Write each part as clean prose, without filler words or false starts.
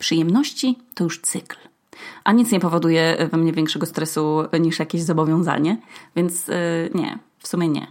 Przyjemności to już cykl. A nic nie powoduje we mnie większego stresu niż jakieś zobowiązanie, więc nie, w sumie nie.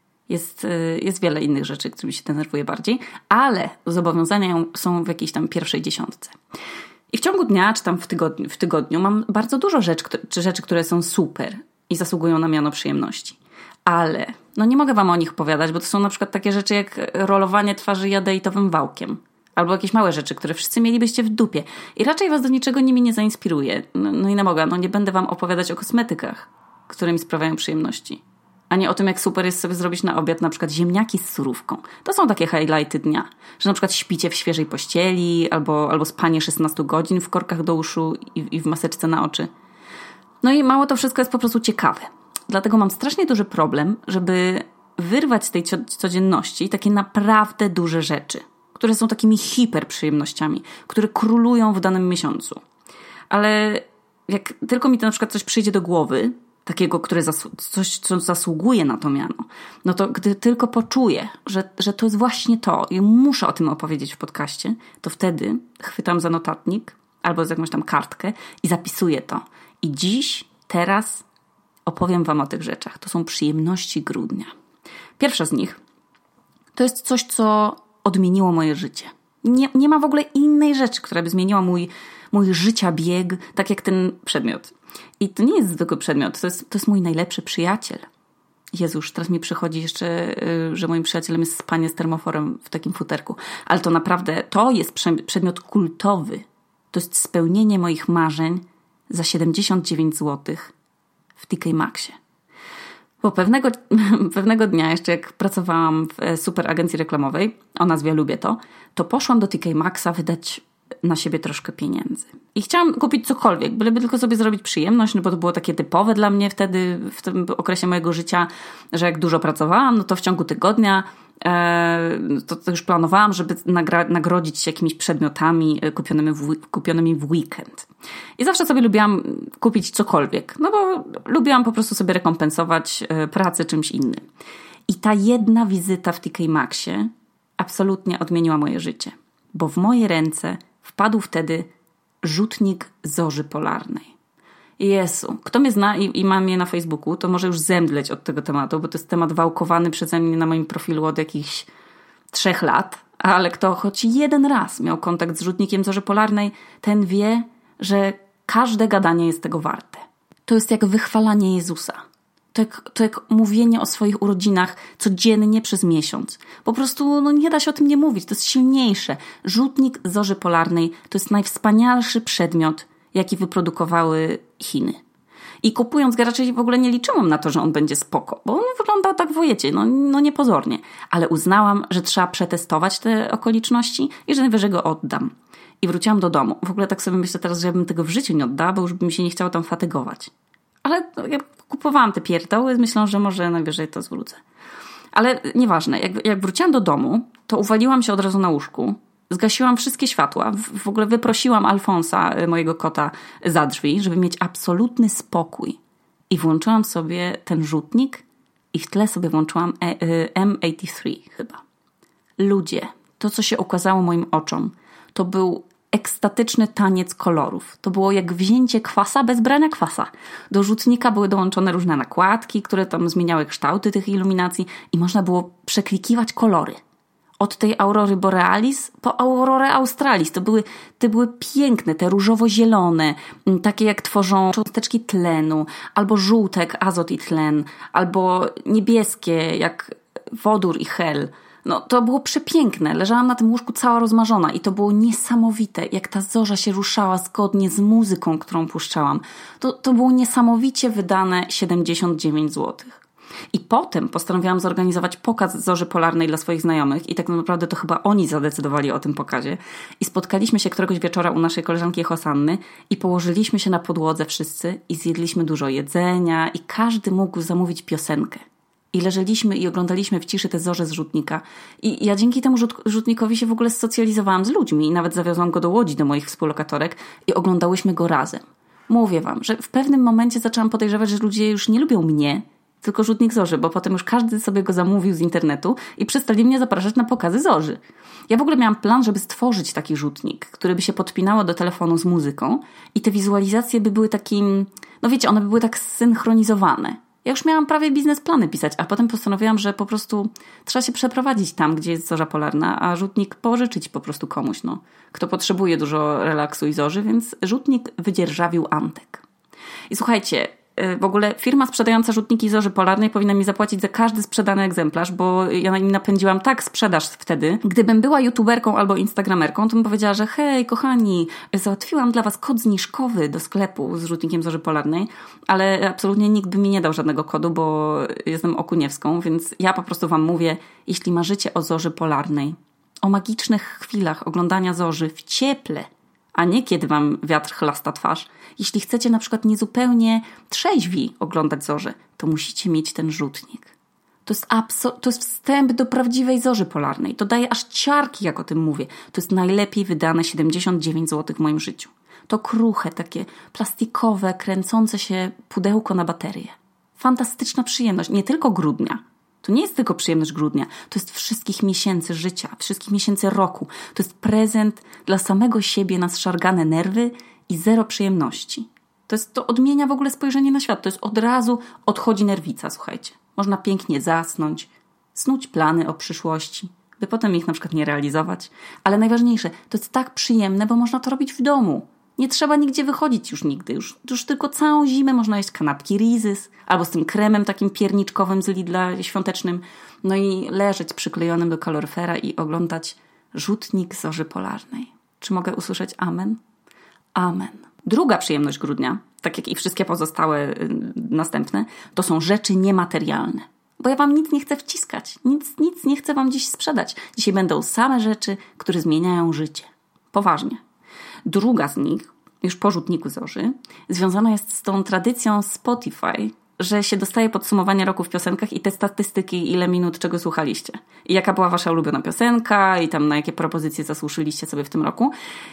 Jest wiele innych rzeczy, którymi się denerwuję bardziej, ale zobowiązania są w jakiejś tam pierwszej dziesiątce. I w ciągu dnia, czy tam w tygodniu mam bardzo dużo rzeczy, które są super i zasługują na miano przyjemności. Ale nie mogę wam o nich opowiadać, bo to są na przykład takie rzeczy jak rolowanie twarzy jadeit-owym wałkiem. Albo jakieś małe rzeczy, które wszyscy mielibyście w dupie. I raczej was do niczego nimi nie zainspiruje. No i nie mogę, nie będę wam opowiadać o kosmetykach, które mi sprawiają przyjemności. A nie o tym, jak super jest sobie zrobić na obiad na przykład ziemniaki z surówką. To są takie highlighty dnia. Że na przykład śpicie w świeżej pościeli, albo spanie 16 godzin w korkach do uszu i w maseczce na oczy. No i mało to wszystko jest po prostu ciekawe. Dlatego mam strasznie duży problem, żeby wyrwać z tej codzienności takie naprawdę duże rzeczy, które są takimi hiperprzyjemnościami, które królują w danym miesiącu. Ale jak tylko mi to na przykład coś przyjdzie do głowy, takiego, coś, co zasługuje na to miano, no to gdy tylko poczuję, że to jest właśnie to i muszę o tym opowiedzieć w podcaście, to wtedy chwytam za notatnik albo za jakąś tam kartkę i zapisuję to. I dziś, teraz opowiem wam o tych rzeczach. To są przyjemności grudnia. Pierwsza z nich to jest coś, co odmieniło moje życie. Nie ma w ogóle innej rzeczy, która by zmieniła mój życiabieg, tak jak ten przedmiot. I to nie jest zwykły przedmiot, to jest mój najlepszy przyjaciel. Jezusz, teraz mi przychodzi jeszcze, że moim przyjacielem jest spanie z termoforem w takim futerku. Ale to naprawdę, to jest przedmiot kultowy. To jest spełnienie moich marzeń za 79 zł w TK Maxie. Bo pewnego dnia, jeszcze jak pracowałam w super agencji reklamowej, o nazwie Lubię to poszłam do TK Maxa wydać na siebie troszkę pieniędzy. I chciałam kupić cokolwiek, byleby tylko sobie zrobić przyjemność, bo to było takie typowe dla mnie wtedy, w tym okresie mojego życia, że jak dużo pracowałam, to w ciągu tygodnia to już planowałam, żeby nagrodzić się jakimiś przedmiotami kupionymi w weekend. I zawsze sobie lubiłam kupić cokolwiek, bo lubiłam po prostu sobie rekompensować pracę czymś innym. I ta jedna wizyta w TK Maxie absolutnie odmieniła moje życie, bo w moje ręce wpadł wtedy rzutnik zorzy polarnej. Jezu, kto mnie zna i ma mnie na Facebooku, to może już zemdleć od tego tematu, bo to jest temat wałkowany przeze mnie na moim profilu od jakichś 3 lat, ale kto choć jeden raz miał kontakt z rzutnikiem zorzy polarnej, ten wie, że każde gadanie jest tego warte. To jest jak wychwalanie Jezusa. To jak mówienie o swoich urodzinach codziennie przez miesiąc. Po prostu nie da się o tym nie mówić, to jest silniejsze. Rzutnik zorzy polarnej to jest najwspanialszy przedmiot, jaki wyprodukowały Chiny. I kupując go raczej w ogóle nie liczyłam na to, że on będzie spoko, bo on wyglądał tak, wiecie, niepozornie. Ale uznałam, że trzeba przetestować te okoliczności i że najwyżej go oddam. I wróciłam do domu. W ogóle tak sobie myślę teraz, że ja bym tego w życiu nie oddała, bo już by mi się nie chciało tam fatygować. Ale ja kupowałam te pierdoły, myślę, że może najwyżej to zwrócę. Ale nieważne, jak wróciłam do domu, to uwaliłam się od razu na łóżku, zgasiłam wszystkie światła, w ogóle wyprosiłam Alfonsa, mojego kota, za drzwi, żeby mieć absolutny spokój. I włączyłam sobie ten rzutnik i w tle sobie włączyłam M83 chyba. Ludzie, to co się ukazało moim oczom, to był ekstatyczny taniec kolorów. To było jak wzięcie kwasa bez brania kwasa. Do rzutnika były dołączone różne nakładki, które tam zmieniały kształty tych iluminacji i można było przeklikiwać kolory. Od tej aurory borealis po aurorę australis. To były piękne, te różowo-zielone, takie jak tworzą cząsteczki tlenu, albo żółte jak azot i tlen, albo niebieskie jak wodór i hel. To było przepiękne. Leżałam na tym łóżku cała rozmarzona i to było niesamowite, jak ta zorza się ruszała zgodnie z muzyką, którą puszczałam. To było niesamowicie wydane 79 zł. I potem postanowiłam zorganizować pokaz zorzy polarnej dla swoich znajomych i tak naprawdę to chyba oni zadecydowali o tym pokazie. I spotkaliśmy się któregoś wieczora u naszej koleżanki Hosanny i położyliśmy się na podłodze wszyscy i zjedliśmy dużo jedzenia i każdy mógł zamówić piosenkę. I leżeliśmy i oglądaliśmy w ciszy te zorze z rzutnika. I ja dzięki temu rzutnikowi się w ogóle socjalizowałam z ludźmi i nawet zawiozłam go do Łodzi, do moich współlokatorek i oglądałyśmy go razem. Mówię wam, że w pewnym momencie zaczęłam podejrzewać, że ludzie już nie lubią mnie, tylko rzutnik zorzy, bo potem już każdy sobie go zamówił z internetu i przestali mnie zapraszać na pokazy zorzy. Ja w ogóle miałam plan, żeby stworzyć taki rzutnik, który by się podpinało do telefonu z muzyką i te wizualizacje by były takim, no wiecie, one by były tak zsynchronizowane. Ja już miałam prawie biznesplany pisać, a potem postanowiłam, że po prostu trzeba się przeprowadzić tam, gdzie jest zorza polarna, a rzutnik pożyczyć po prostu komuś, no. Kto potrzebuje dużo relaksu i zorzy, więc rzutnik wydzierżawił Antek. I słuchajcie, w ogóle firma sprzedająca rzutniki zorzy polarnej powinna mi zapłacić za każdy sprzedany egzemplarz, bo ja im napędziłam tak sprzedaż wtedy. Gdybym była youtuberką albo instagramerką, to bym powiedziała, że hej, kochani, załatwiłam dla was kod zniżkowy do sklepu z rzutnikiem zorzy polarnej, ale absolutnie nikt by mi nie dał żadnego kodu, bo jestem okuniewską, więc ja po prostu wam mówię, jeśli marzycie o zorzy polarnej, o magicznych chwilach oglądania zorzy w cieple, a nie kiedy wam wiatr chlasta twarz. Jeśli chcecie na przykład niezupełnie trzeźwi oglądać zorzę, to musicie mieć ten rzutnik. To jest wstęp do prawdziwej zorzy polarnej. To daje aż ciarki, jak o tym mówię. To jest najlepiej wydane 79 zł w moim życiu. To kruche, takie plastikowe, kręcące się pudełko na baterię. Fantastyczna przyjemność, nie tylko grudnia. To nie jest tylko przyjemność grudnia, to jest wszystkich miesięcy życia, wszystkich miesięcy roku. To jest prezent dla samego siebie na zszargane nerwy i zero przyjemności. To odmienia w ogóle spojrzenie na świat. To jest od razu odchodzi nerwica, słuchajcie. Można pięknie zasnąć, snuć plany o przyszłości, by potem ich na przykład nie realizować. Ale najważniejsze, to jest tak przyjemne, bo można to robić w domu. Nie trzeba nigdzie wychodzić już nigdy. Już tylko całą zimę można jeść kanapki Reese's albo z tym kremem takim pierniczkowym z Lidla świątecznym. No i leżeć przyklejonym do kaloryfera i oglądać rzutnik zorzy polarnej. Czy mogę usłyszeć amen? Amen. Druga przyjemność grudnia, tak jak i wszystkie pozostałe następne, to są rzeczy niematerialne. Bo ja wam nic nie chcę wciskać. Nic nie chcę wam dziś sprzedać. Dzisiaj będą same rzeczy, które zmieniają życie. Poważnie. Druga z nich, już po rzutniku zorzy, związana jest z tą tradycją Spotify, że się dostaje podsumowanie roku w piosenkach i te statystyki, ile minut czego słuchaliście. I jaka była wasza ulubiona piosenka i tam na jakie propozycje zasłużyliście sobie w tym roku.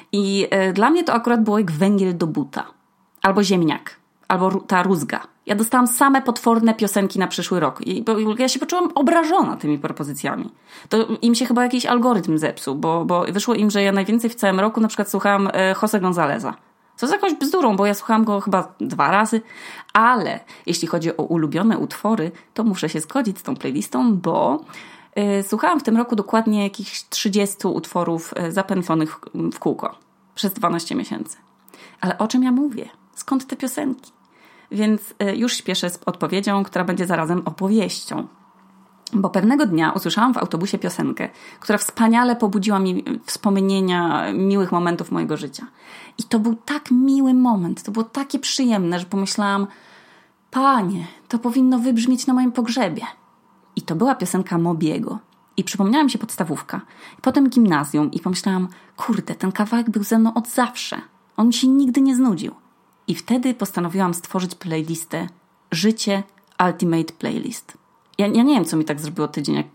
I dla mnie to akurat było jak węgiel do buta. Albo ziemniak. Albo ta rózga. Ja dostałam same potworne piosenki na przyszły rok. Bo ja się poczułam obrażona tymi propozycjami. To im się chyba jakiś algorytm zepsuł, bo wyszło im, że ja najwięcej w całym roku na przykład słuchałam Jose Gonzaleza. Co z jakąś bzdurą, bo ja słuchałam go chyba 2 razy. Ale jeśli chodzi o ulubione utwory, to muszę się zgodzić z tą playlistą, bo słuchałam w tym roku dokładnie jakichś 30 utworów zapętlonych w kółko przez 12 miesięcy. Ale o czym ja mówię? Skąd te piosenki? Więc już śpieszę z odpowiedzią, która będzie zarazem opowieścią. Bo pewnego dnia usłyszałam w autobusie piosenkę, która wspaniale pobudziła mi wspomnienia miłych momentów mojego życia. I to był tak miły moment, to było takie przyjemne, że pomyślałam, Panie, to powinno wybrzmieć na moim pogrzebie. I to była piosenka Mobiego. I przypomniała mi się podstawówka. I potem gimnazjum i pomyślałam, kurde, ten kawałek był ze mną od zawsze. On mi się nigdy nie znudził. I wtedy postanowiłam stworzyć playlistę Życie Ultimate Playlist. Ja nie wiem, co mi tak zrobiło tydzień, jak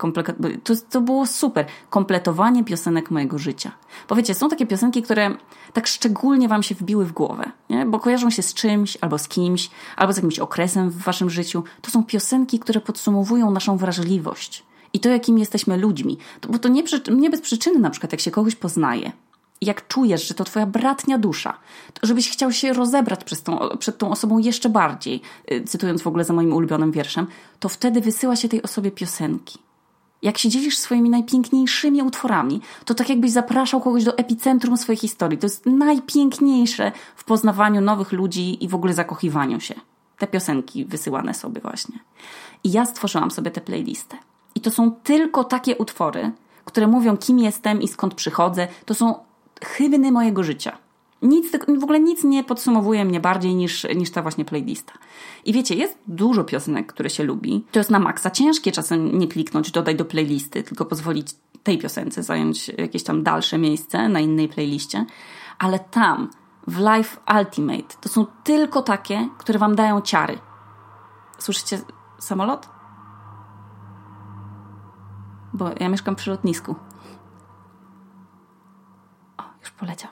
to było super. Kompletowanie piosenek mojego życia. Bo wiecie, są takie piosenki, które tak szczególnie wam się wbiły w głowę, nie? Bo kojarzą się z czymś, albo z kimś, albo z jakimś okresem w waszym życiu. To są piosenki, które podsumowują naszą wrażliwość i to, jakim jesteśmy ludźmi. Bo to nie bez przyczyny na przykład, jak się kogoś poznaje, jak czujesz, że to twoja bratnia dusza, to żebyś chciał się rozebrać przed tą osobą jeszcze bardziej, cytując w ogóle za moim ulubionym wierszem, to wtedy wysyła się tej osobie piosenki. Jak się dzielisz swoimi najpiękniejszymi utworami, to tak jakbyś zapraszał kogoś do epicentrum swojej historii. To jest najpiękniejsze w poznawaniu nowych ludzi i w ogóle zakochiwaniu się. Te piosenki wysyłane sobie właśnie. I ja stworzyłam sobie tę playlistę. I to są tylko takie utwory, które mówią, kim jestem i skąd przychodzę. To są hymny mojego życia. W ogóle nic nie podsumowuje mnie bardziej niż ta właśnie playlista. I wiecie, jest dużo piosenek, które się lubi. To jest na maksa ciężkie czasem nie kliknąć dodaj do playlisty, tylko pozwolić tej piosence zająć jakieś tam dalsze miejsce na innej playliście. Ale tam, w Life Ultimate, to są tylko takie, które wam dają ciary. Słyszycie samolot? Bo ja mieszkam przy lotnisku. Już poleciał.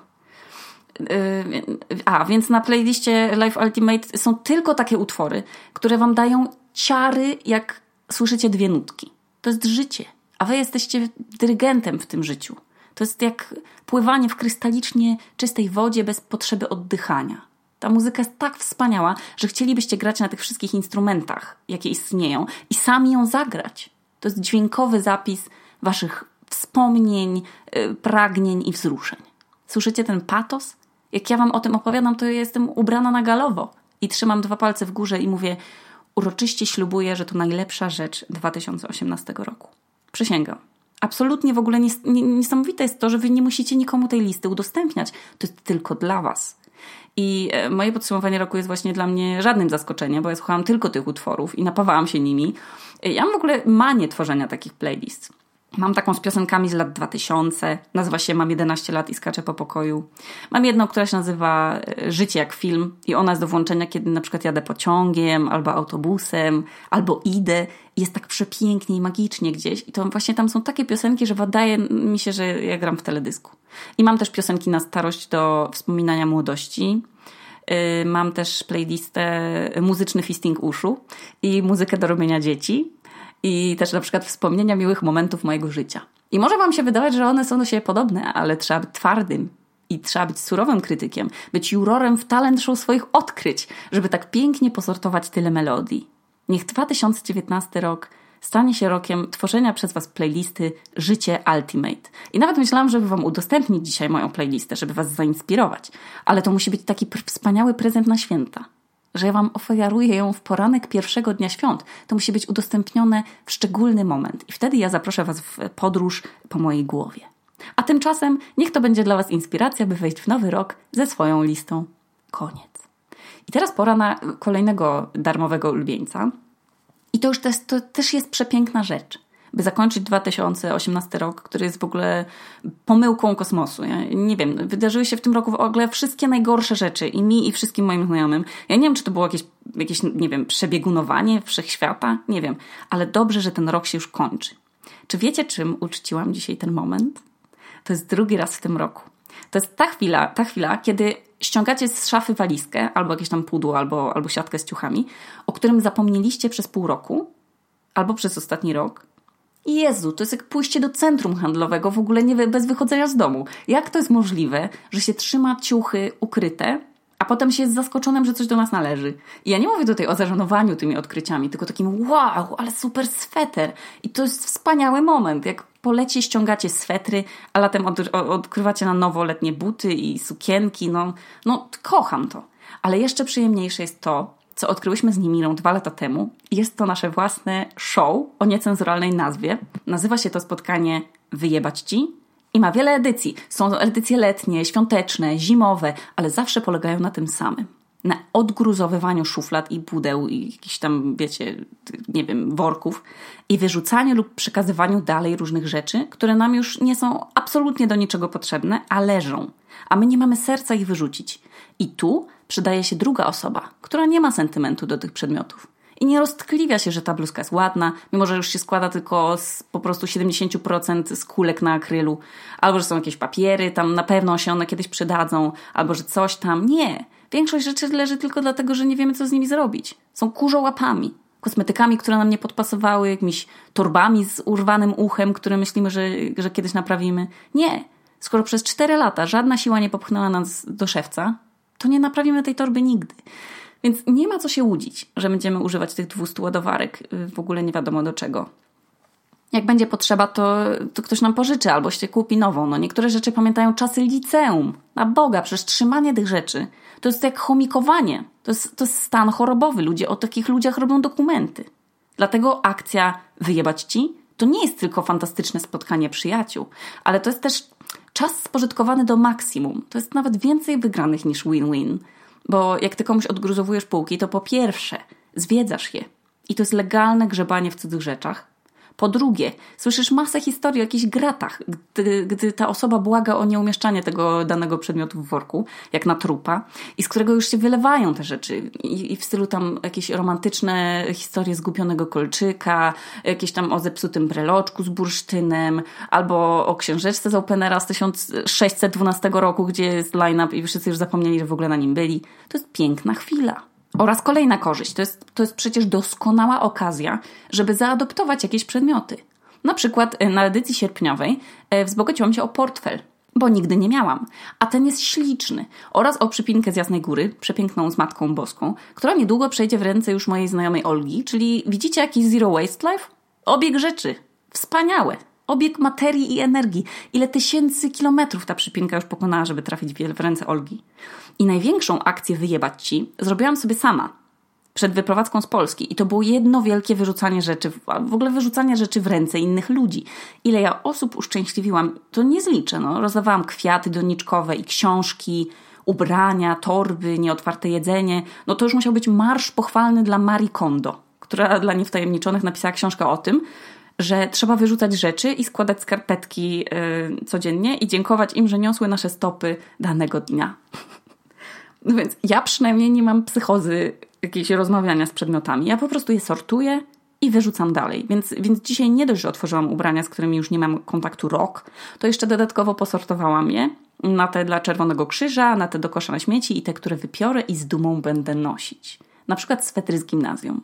Więc na playliście Life Ultimate są tylko takie utwory, które wam dają ciary, jak słyszycie 2 nutki. To jest życie, a wy jesteście dyrygentem w tym życiu. To jest jak pływanie w krystalicznie czystej wodzie bez potrzeby oddychania. Ta muzyka jest tak wspaniała, że chcielibyście grać na tych wszystkich instrumentach, jakie istnieją i sami ją zagrać. To jest dźwiękowy zapis waszych wspomnień, pragnień i wzruszeń. Słyszycie ten patos? Jak ja wam o tym opowiadam, to ja jestem ubrana na galowo i trzymam 2 palce w górze i mówię: uroczyście ślubuję, że to najlepsza rzecz 2018 roku. Przysięgam. Absolutnie w ogóle niesamowite jest to, że wy nie musicie nikomu tej listy udostępniać. To jest tylko dla was. I moje podsumowanie roku jest właśnie dla mnie żadnym zaskoczeniem, bo ja słuchałam tylko tych utworów i napawałam się nimi. Ja mam w ogóle manię tworzenia takich playlist. Mam taką z piosenkami z lat 2000, nazywa się Mam 11 lat i skaczę po pokoju. Mam jedną, która się nazywa Życie jak film i ona jest do włączenia, kiedy na przykład jadę pociągiem, albo autobusem, albo idę i jest tak przepięknie i magicznie gdzieś. I to właśnie tam są takie piosenki, że wydaje mi się, że ja gram w teledysku. I mam też piosenki na starość do wspominania młodości. Mam też playlistę Muzyczny fisting uszu i muzykę do robienia dzieci. I też na przykład wspomnienia miłych momentów mojego życia. I może wam się wydawać, że one są do siebie podobne, ale trzeba być twardym i trzeba być surowym krytykiem, być jurorem w talent show swoich odkryć, żeby tak pięknie posortować tyle melodii. Niech 2019 rok stanie się rokiem tworzenia przez was playlisty Życie Ultimate. I nawet myślałam, żeby wam udostępnić dzisiaj moją playlistę, żeby was zainspirować. Ale to musi być taki wspaniały prezent na święta, że ja wam ofiaruję ją w poranek pierwszego dnia świąt. To musi być udostępnione w szczególny moment. I wtedy ja zaproszę was w podróż po mojej głowie. A tymczasem niech to będzie dla was inspiracja, by wejść w nowy rok ze swoją listą. Koniec. I teraz pora na kolejnego darmowego ulubieńca. I to też jest przepiękna rzecz, by zakończyć 2018 rok, który jest w ogóle pomyłką kosmosu. Ja nie wiem, wydarzyły się w tym roku w ogóle wszystkie najgorsze rzeczy i mi, i wszystkim moim znajomym. Ja nie wiem, czy to było jakieś nie wiem, przebiegunowanie wszechświata, nie wiem, ale dobrze, że ten rok się już kończy. Czy wiecie, czym uczciłam dzisiaj ten moment? To jest 2. raz w tym roku. To jest ta chwila, kiedy ściągacie z szafy walizkę, albo jakieś tam pudło, albo siatkę z ciuchami, o którym zapomnieliście przez pół roku, albo przez ostatni rok. Jezu, to jest jak pójście do centrum handlowego, w ogóle nie bez wychodzenia z domu. Jak to jest możliwe, że się trzyma ciuchy ukryte, a potem się jest zaskoczonym, że coś do nas należy? I ja nie mówię tutaj o zażenowaniu tymi odkryciami, tylko takim wow, ale super sweter. I to jest wspaniały moment, jak po lecie ściągacie swetry, a latem odkrywacie na nowo letnie buty i sukienki. No kocham to. Ale jeszcze przyjemniejsze jest to, co odkryłyśmy z Nimirą 2 lata temu. Jest to nasze własne show o niecenzuralnej nazwie. Nazywa się to spotkanie Wyjebać Ci i ma wiele edycji. Są to edycje letnie, świąteczne, zimowe, ale zawsze polegają na tym samym. Na odgruzowywaniu szuflad i pudeł i jakichś tam, wiecie, nie wiem, worków i wyrzucaniu lub przekazywaniu dalej różnych rzeczy, które nam już nie są absolutnie do niczego potrzebne, a leżą. A my nie mamy serca ich wyrzucić. I tu przydaje się druga osoba, która nie ma sentymentu do tych przedmiotów. I nie roztkliwia się, że ta bluzka jest ładna, mimo że już się składa tylko z po prostu 70% z kulek na akrylu, albo że są jakieś papiery, tam na pewno się one kiedyś przydadzą, albo że coś tam. Nie. Większość rzeczy leży tylko dlatego, że nie wiemy, co z nimi zrobić. Są kurzołapami, kosmetykami, które nam nie podpasowały, jakimiś torbami z urwanym uchem, które myślimy, że kiedyś naprawimy. Nie. Skoro przez 4 lata żadna siła nie popchnęła nas do szewca, to nie naprawimy tej torby nigdy. Więc nie ma co się łudzić, że będziemy używać tych 200 ładowarek w ogóle nie wiadomo do czego. Jak będzie potrzeba, to ktoś nam pożyczy albo się kupi nową. No niektóre rzeczy pamiętają czasy liceum. Na Boga, przecież trzymanie tych rzeczy to jest jak chomikowanie. To jest stan chorobowy. Ludzie o takich ludziach robią dokumenty. Dlatego akcja Wyjebać Ci to nie jest tylko fantastyczne spotkanie przyjaciół, ale to jest też czas spożytkowany do maksimum. To jest nawet więcej wygranych niż win-win. Bo jak ty komuś odgruzowujesz półki, to po pierwsze zwiedzasz je. I to jest legalne grzebanie w cudzych rzeczach. Po drugie, słyszysz masę historii o jakichś gratach, gdy ta osoba błaga o nieumieszczanie tego danego przedmiotu w worku, jak na trupa, i z którego już się wylewają te rzeczy. I w stylu tam jakieś romantyczne historie zgubionego kolczyka, jakieś tam o zepsutym breloczku z bursztynem, albo o książeczce z Openera z 1612 roku, gdzie jest line-up i wszyscy już zapomnieli, że w ogóle na nim byli. To jest piękna chwila. Oraz kolejna korzyść, to jest przecież doskonała okazja, żeby zaadoptować jakieś przedmioty. Na przykład na edycji sierpniowej wzbogaciłam się o portfel, bo nigdy nie miałam. A ten jest śliczny. Oraz o przypinkę z Jasnej Góry, przepiękną z Matką Boską, która niedługo przejdzie w ręce już mojej znajomej Olgi, czyli widzicie jakiś Zero Waste Life? Obieg rzeczy. Wspaniałe. Obieg materii i energii. Ile tysięcy kilometrów ta przypinka już pokonała, żeby trafić w ręce Olgi. I największą akcję wyjebać ci zrobiłam sobie sama. Przed wyprowadzką z Polski. I to było jedno wielkie wyrzucanie rzeczy, w ogóle wyrzucanie rzeczy w ręce innych ludzi. Ile ja osób uszczęśliwiłam, to nie zliczę. Rozdawałam kwiaty doniczkowe i książki, ubrania, torby, nieotwarte jedzenie. To już musiał być marsz pochwalny dla Marie Kondo, która dla niewtajemniczonych napisała książkę o tym, że trzeba wyrzucać rzeczy i składać skarpetki codziennie i dziękować im, że niosły nasze stopy danego dnia. No więc ja przynajmniej nie mam psychozy jakiegoś rozmawiania z przedmiotami. Ja po prostu je sortuję i wyrzucam dalej. Więc dzisiaj nie dość, że otworzyłam ubrania, z którymi już nie mam kontaktu rok, to jeszcze dodatkowo posortowałam je na te dla Czerwonego Krzyża, na te do kosza na śmieci i te, które wypiorę i z dumą będę nosić. Na przykład swetry z gimnazjum.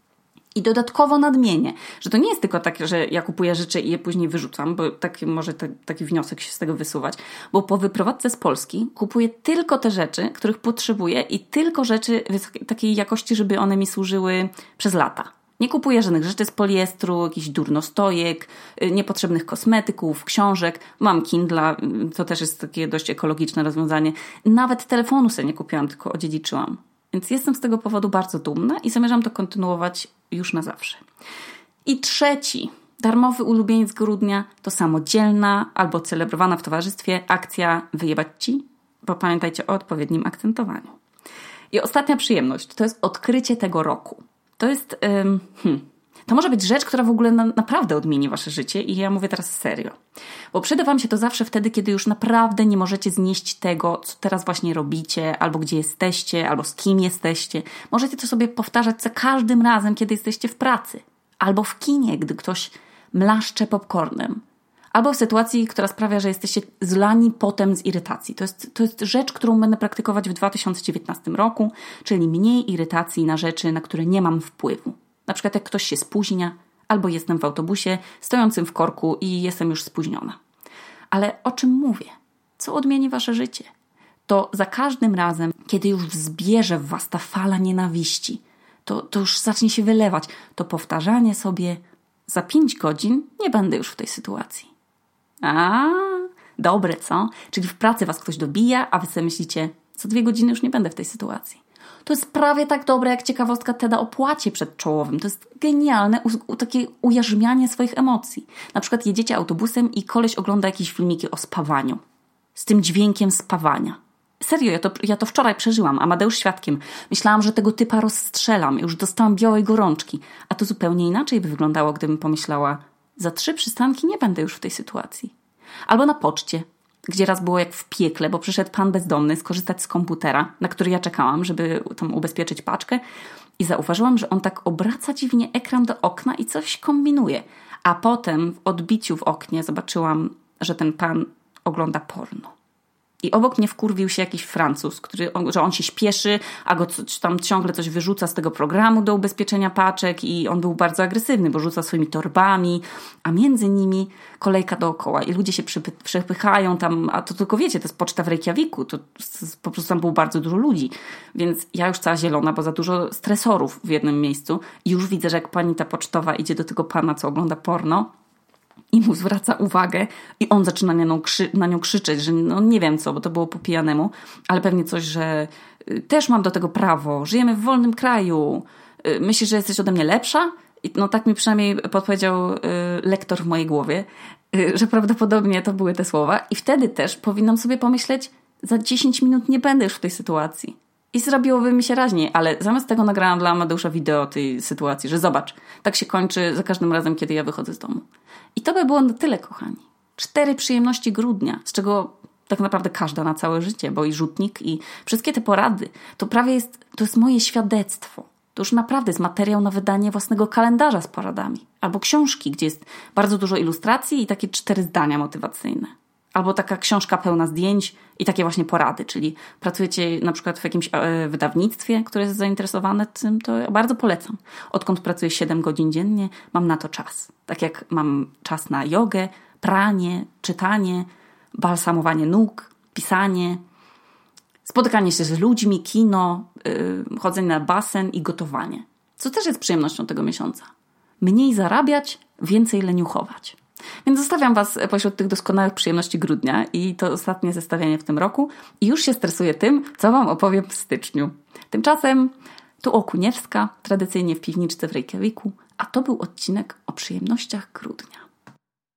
I dodatkowo nadmienię, że to nie jest tylko tak, że ja kupuję rzeczy i je później wyrzucam, bo taki wniosek się z tego wysuwać, bo po wyprowadzce z Polski kupuję tylko te rzeczy, których potrzebuję i tylko rzeczy takiej jakości, żeby one mi służyły przez lata. Nie kupuję żadnych rzeczy z poliestru, jakichś durnostojek, niepotrzebnych kosmetyków, książek. Mam Kindla, to też jest takie dość ekologiczne rozwiązanie. Nawet telefonu sobie nie kupiłam, tylko odziedziczyłam. Więc jestem z tego powodu bardzo dumna i zamierzam to kontynuować już na zawsze. I trzeci, darmowy ulubieniec grudnia to samodzielna albo celebrowana w towarzystwie akcja Wyjebać ci, bo pamiętajcie o odpowiednim akcentowaniu. I ostatnia przyjemność to jest odkrycie tego roku. To jest... To może być rzecz, która w ogóle naprawdę odmieni wasze życie i ja mówię teraz serio. Bo przyda wam się to zawsze wtedy, kiedy już naprawdę nie możecie znieść tego, co teraz właśnie robicie, albo gdzie jesteście, albo z kim jesteście. Możecie to sobie powtarzać za każdym razem, kiedy jesteście w pracy. Albo w kinie, gdy ktoś mlaszcze popcornem. Albo w sytuacji, która sprawia, że jesteście zlani potem z irytacji. To jest rzecz, którą będę praktykować w 2019 roku, czyli mniej irytacji na rzeczy, na które nie mam wpływu. Na przykład jak ktoś się spóźnia, albo jestem w autobusie stojącym w korku i jestem już spóźniona. Ale o czym mówię? Co odmieni wasze życie? To za każdym razem, kiedy już wzbierze w was ta fala nienawiści, to już zacznie się wylewać, to powtarzanie sobie za 5 godzin nie będę już w tej sytuacji. Dobre, co? Czyli w pracy was ktoś dobija, a wy sobie myślicie, za 2 godziny już nie będę w tej sytuacji. To jest prawie tak dobre jak ciekawostka Teda o płacie przedczołowym. To jest genialne takie ujarzmianie swoich emocji. Na przykład jedziecie autobusem i koleś ogląda jakieś filmiki o spawaniu. Z tym dźwiękiem spawania. Serio, ja to wczoraj przeżyłam. Amadeusz świadkiem. Myślałam, że tego typa rozstrzelam. Już dostałam białej gorączki. A to zupełnie inaczej by wyglądało, gdybym pomyślała, za 3 przystanki nie będę już w tej sytuacji. Albo na poczcie, gdzie raz było jak w piekle, bo przyszedł pan bezdomny skorzystać z komputera, na który ja czekałam, żeby tam ubezpieczyć paczkę i zauważyłam, że on tak obraca dziwnie ekran do okna i coś kombinuje. A potem w odbiciu w oknie zobaczyłam, że ten pan ogląda porno. I obok mnie wkurwił się jakiś Francuz, że on się śpieszy, a go tam ciągle coś wyrzuca z tego programu do ubezpieczenia paczek i on był bardzo agresywny, bo rzuca swoimi torbami, a między nimi kolejka dookoła i ludzie się przepychają tam, a to tylko wiecie, to jest poczta w Reykjaviku, to po prostu tam było bardzo dużo ludzi, więc ja już cała zielona, bo za dużo stresorów w jednym miejscu i już widzę, że jak pani ta pocztowa idzie do tego pana, co ogląda porno, i mu zwraca uwagę i on zaczyna na nią krzyczeć, że nie wiem co, bo to było po pijanemu, ale pewnie coś, że też mam do tego prawo, żyjemy w wolnym kraju, myślisz, że jesteś ode mnie lepsza? I tak mi przynajmniej podpowiedział lektor w mojej głowie, że prawdopodobnie to były te słowa i wtedy też powinnam sobie pomyśleć, za 10 minut nie będę już w tej sytuacji. I zrobiłoby mi się raźniej, ale zamiast tego nagrałam dla Amadeusza wideo tej sytuacji, że zobacz, tak się kończy za każdym razem, kiedy ja wychodzę z domu. I to by było na tyle, kochani. 4 przyjemności grudnia, z czego tak naprawdę każda na całe życie, bo i rzutnik, i wszystkie te porady, to jest moje świadectwo. To już naprawdę jest materiał na wydanie własnego kalendarza z poradami. Albo książki, gdzie jest bardzo dużo ilustracji i takie 4 zdania motywacyjne. Albo taka książka pełna zdjęć i takie właśnie porady, czyli pracujecie na przykład w jakimś wydawnictwie, które jest zainteresowane tym, to ja bardzo polecam. Odkąd pracuję 7 godzin dziennie, mam na to czas. Tak jak mam czas na jogę, pranie, czytanie, balsamowanie nóg, pisanie, spotykanie się z ludźmi, kino, chodzenie na basen i gotowanie. Co też jest przyjemnością tego miesiąca. Mniej zarabiać, więcej leniuchować. Więc zostawiam Was pośród tych doskonałych przyjemności grudnia i to ostatnie zestawienie w tym roku i już się stresuję tym, co Wam opowiem w styczniu. Tymczasem tu Okuniewska, tradycyjnie w piwniczce w Reykjaviku, a to był odcinek o przyjemnościach grudnia.